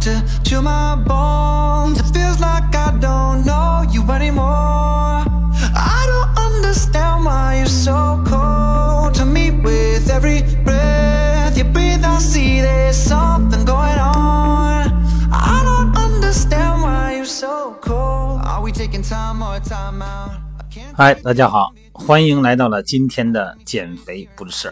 to my bones. It feels like I don't know you anymore. I don't understand why you're so cold to me. With every breath you breathe, I see there's something going on. I don't understand why you're so cold. Are we taking time or time out? 嗨，大家好，欢迎来到了今天的减肥不是事儿。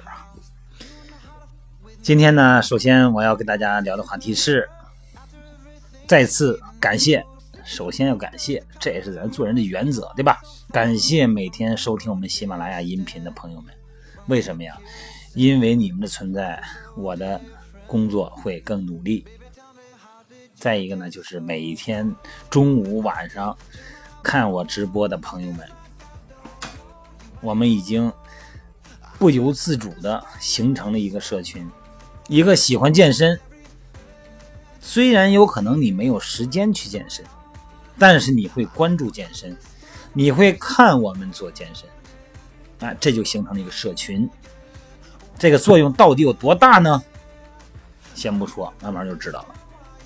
今天呢，首先我要跟大家聊的话题是再次感谢，首先要感谢，这也是咱做人的原则，对吧？感谢每天收听我们喜马拉雅音频的朋友们。为什么呀？因为你们的存在，我的工作会更努力。再一个呢，就是每一天中午晚上看我直播的朋友们，我们已经不由自主的形成了一个社群，一个喜欢健身，虽然有可能你没有时间去健身，但是你会关注健身，你会看我们做健身，这就形成了一个社群。这个作用到底有多大呢？先不说，慢慢就知道了。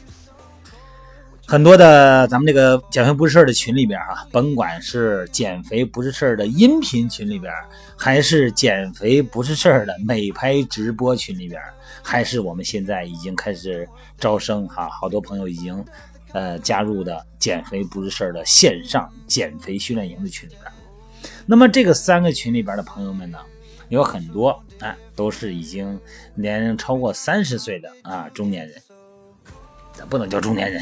很多的咱们这个减肥不是事儿的群里边甭管是减肥不是事儿的音频群里边，还是减肥不是事儿的美拍直播群里边，还是我们现在已经开始招生好多朋友已经加入的减肥不是事儿的线上减肥训练营的群里边。那么这个3个群里边的朋友们呢，有很多都是已经年龄超过30岁的中年人，不能叫中年人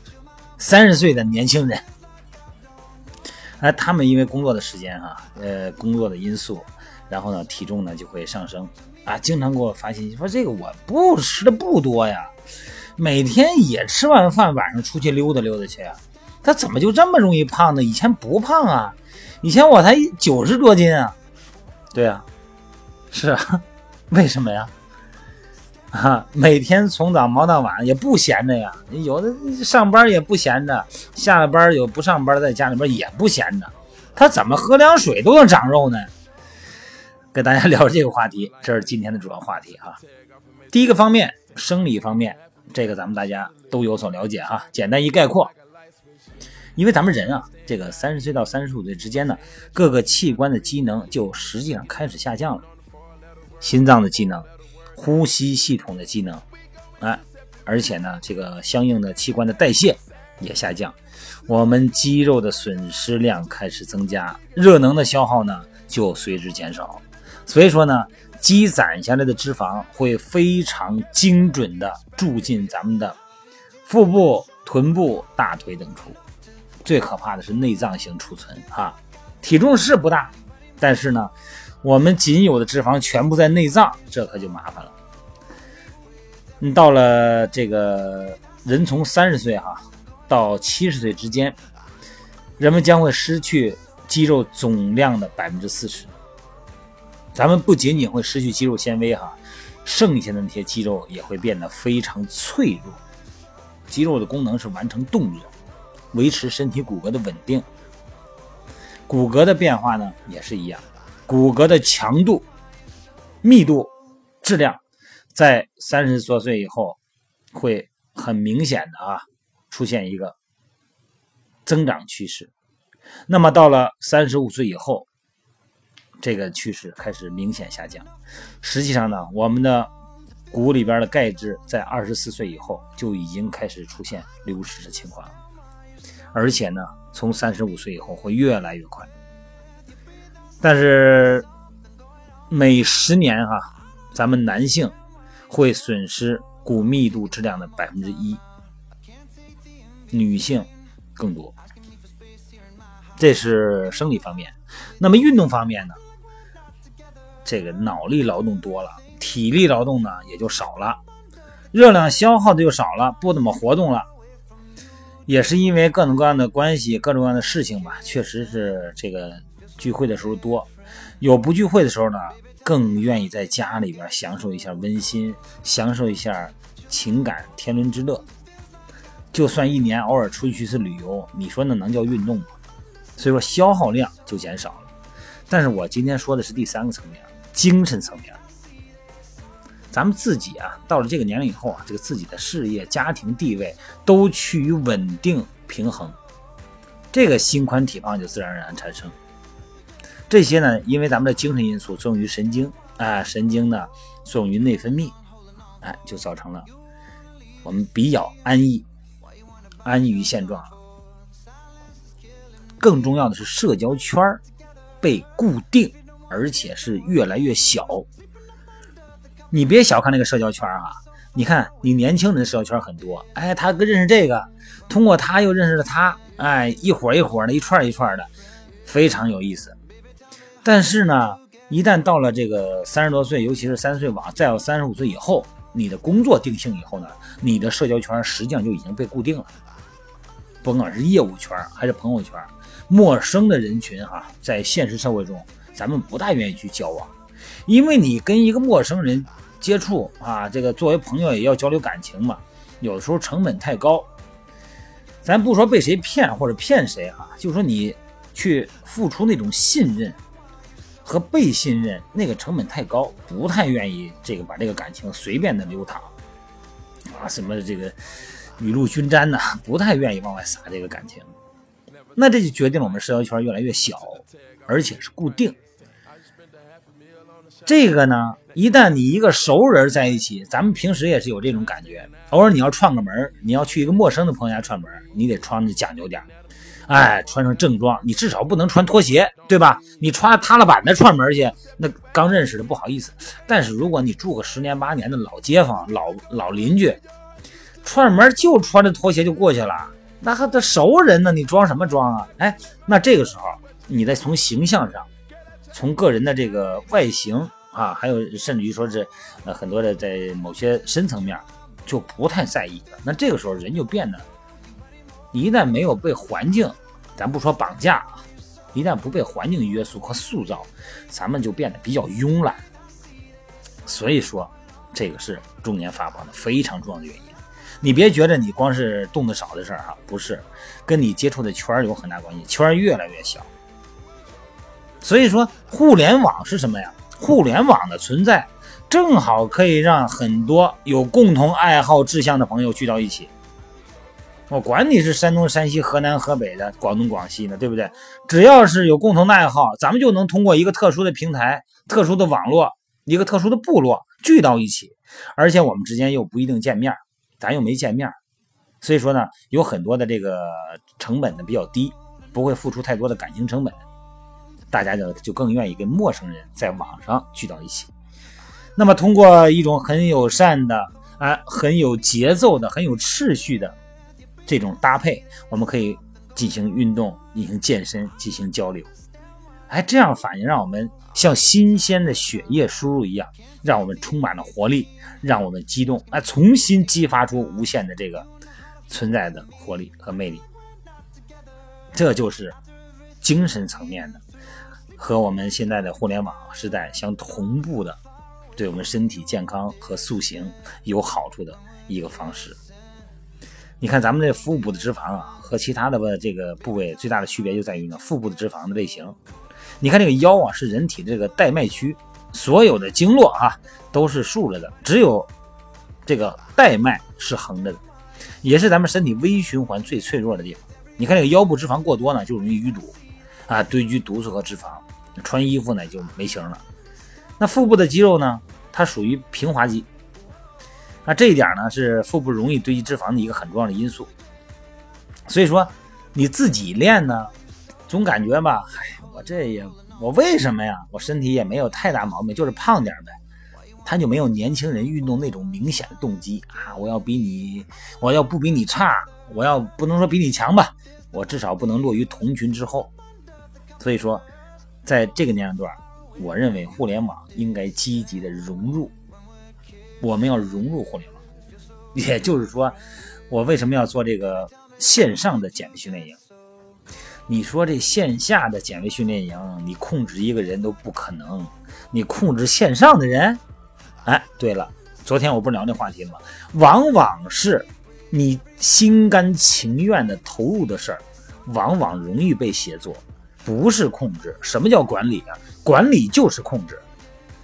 ，30岁的年轻人。他们因为工作的时间工作的因素，然后呢体重呢就会上升经常给我发信息说，这个我不吃的不多呀，每天也吃完饭晚上出去溜达溜达去他怎么就这么容易胖呢？以前不胖以前我才90多斤对是为什么呀？每天从早忙到晚也不闲着呀，有的上班也不闲着，下了班有不上班在家里边也不闲着，他怎么喝凉水都能长肉呢？跟大家聊这个话题，这是今天的主要话题第一个方面，生理方面，这个咱们大家都有所了解简单一概括。因为咱们人这个30岁到35岁之间呢，各个器官的机能就实际上开始下降了，心脏的机能，呼吸系统的机能而且呢这个相应的器官的代谢也下降，我们肌肉的损失量开始增加，热能的消耗呢就随之减少。所以说呢，积攒下来的脂肪会非常精准的住进咱们的腹部、臀部、大腿等处。最可怕的是内脏型储存体重是不大，但是呢我们仅有的脂肪全部在内脏，这可就麻烦了。到了这个人从30岁到70岁之间，人们将会失去肌肉总量的 40%。 咱们不仅仅会失去肌肉纤维剩下的那些肌肉也会变得非常脆弱。肌肉的功能是完成动作，维持身体骨骼的稳定。骨骼的变化呢也是一样，骨骼的强度、密度、质量在30多岁以后会很明显的出现一个增长趋势。那么到了35岁以后，这个趋势开始明显下降。实际上呢，我们的骨里边的钙质在24岁以后就已经开始出现流失的情况，而且呢从35岁以后会越来越快。但是每10年咱们男性会损失骨密度质量的 1%， 女性更多。这是生理方面。那么运动方面呢，这个脑力劳动多了，体力劳动呢也就少了，热量消耗的就少了，不怎么活动了。也是因为各种各样的关系，各种各样的事情吧，确实是这个聚会的时候多，有不聚会的时候呢，更愿意在家里边享受一下温馨，享受一下情感天伦之乐。就算一年偶尔出去一次旅游，你说那能叫运动吗？所以说消耗量就减少了。但是我今天说的是第3个层面，精神层面。 咱们自己啊，到了这个年龄以后啊，这个自己的事业、家庭地位都趋于稳定平衡，这个心宽体胖就自然而然产生。这些呢，因为咱们的精神因素作用于神经啊，神经呢作用于内分泌，就造成了我们比较安逸于现状。更重要的是社交圈被固定，而且是越来越小。你别小看那个社交圈啊，你看你年轻人的社交圈很多，他认识这个，通过他又认识了他，一伙一伙的，一串一串的，非常有意思。但是呢，一旦到了这个30多岁，尤其是30岁往，再有35岁以后，你的工作定性以后呢，你的社交圈实际上就已经被固定了，甭管是业务圈还是朋友圈，陌生的人群在现实社会中，咱们不大愿意去交往，因为你跟一个陌生人接触这个作为朋友也要交流感情嘛，有的时候成本太高。咱不说被谁骗或者骗谁就说你去付出那种信任和被信任，那个成本太高，不太愿意把这个感情随便的流淌什么这个雨露均沾呢，不太愿意往外撒这个感情。那这就决定了我们社交圈越来越小，而且是固定。这个呢，一旦你一个熟人在一起，咱们平时也是有这种感觉，偶尔你要串个门，你要去一个陌生的朋友家串门，你得穿的讲究点，穿上正装，你至少不能穿拖鞋，对吧？你穿踏了板的串门去，那刚认识的不好意思。但是如果你住个10年8年的老街坊、老邻居，串门就穿着拖鞋就过去了，那还得熟人呢，你装什么装啊？那这个时候你再从形象上，从个人的这个外形还有甚至于说是很多的在某些深层面就不太在意了。那这个时候人就变得，一旦没有被环境，咱不说绑架一旦不被环境约束和塑造，咱们就变得比较慵懒。所以说这个是中年发胖的非常重要的原因。你别觉得你光是动得少的事儿不是，跟你接触的圈有很大关系，圈越来越小。所以说互联网是什么呀？互联网的存在正好可以让很多有共同爱好志向的朋友聚到一起。我管你是山东山西河南河北的广东广西的，对不对？只要是有共同的爱好，咱们就能通过一个特殊的平台、特殊的网络、一个特殊的部落聚到一起，而且我们之间又不一定见面，咱又没见面，所以说呢，有很多的这个成本呢比较低，不会付出太多的感情成本，大家就更愿意跟陌生人在网上聚到一起。那么通过一种很友善的很有节奏的、很有秩序的这种搭配，我们可以进行运动、进行健身、进行交流。这样反应让我们像新鲜的血液输入一样，让我们充满了活力，让我们激动，重新激发出无限的这个存在的活力和魅力。这就是精神层面的，和我们现在的互联网时代相同步的，对我们身体健康和塑形有好处的一个方式。你看咱们这腹部的脂肪和其他的这个部位最大的区别就在于呢，腹部的脂肪的类型。你看这个腰是人体这个带脉区，所有的经络都是竖着的，只有这个带脉是横着的，也是咱们身体微循环最脆弱的地方。你看这个腰部脂肪过多呢，就容易淤堵堆积毒素和脂肪，穿衣服呢就没型了。那腹部的肌肉呢，它属于平滑肌，这一点呢是腹部容易堆积脂肪的一个很重要的因素。所以说你自己练呢，总感觉吧，我为什么呀？我身体也没有太大毛病，就是胖点呗。他就没有年轻人运动那种明显的动机我要不比你差，我要不能说比你强吧，我至少不能落于同群之后。所以说在这个年龄段，我认为互联网应该积极的融入，我们要融入互联网。也就是说，我为什么要做这个线上的减肥训练营？你说这线下的减肥训练营，你控制一个人都不可能，你控制线上的人？对了，昨天我不是聊那话题了吗？往往是你心甘情愿的投入的事儿，往往容易被写作，不是控制。什么叫管理啊？管理就是控制。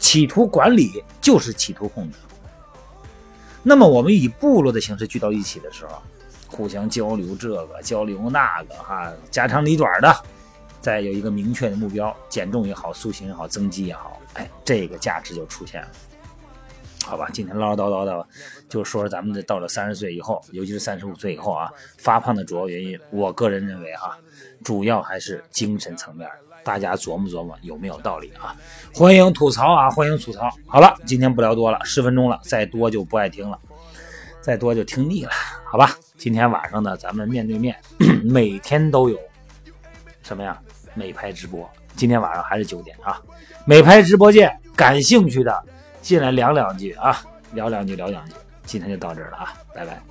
企图管理就是企图控制。那么我们以部落的形式聚到一起的时候，互相交流这个交流那个家长里短的，再有一个明确的目标，减重也好，塑形也好，增肌也好，这个价值就出现了。好吧，今天唠唠叨叨的就说咱们到了30岁以后，尤其是35岁以后发胖的主要原因，我个人认为主要还是精神层面，大家琢磨琢磨有没有道理欢迎吐槽欢迎吐槽。好了，今天不聊多了，10分钟了，再多就不爱听了，再多就听腻了，好吧。今天晚上呢，咱们面对面每天都有什么呀？美拍直播，今天晚上还是9点美拍直播间，感兴趣的进来聊两句聊两句。今天就到这儿了拜拜。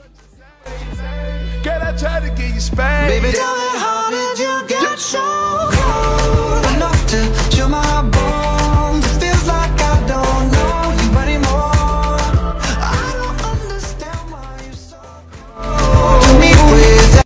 Baby, tell me, how did you get so cold enough to chill my bones?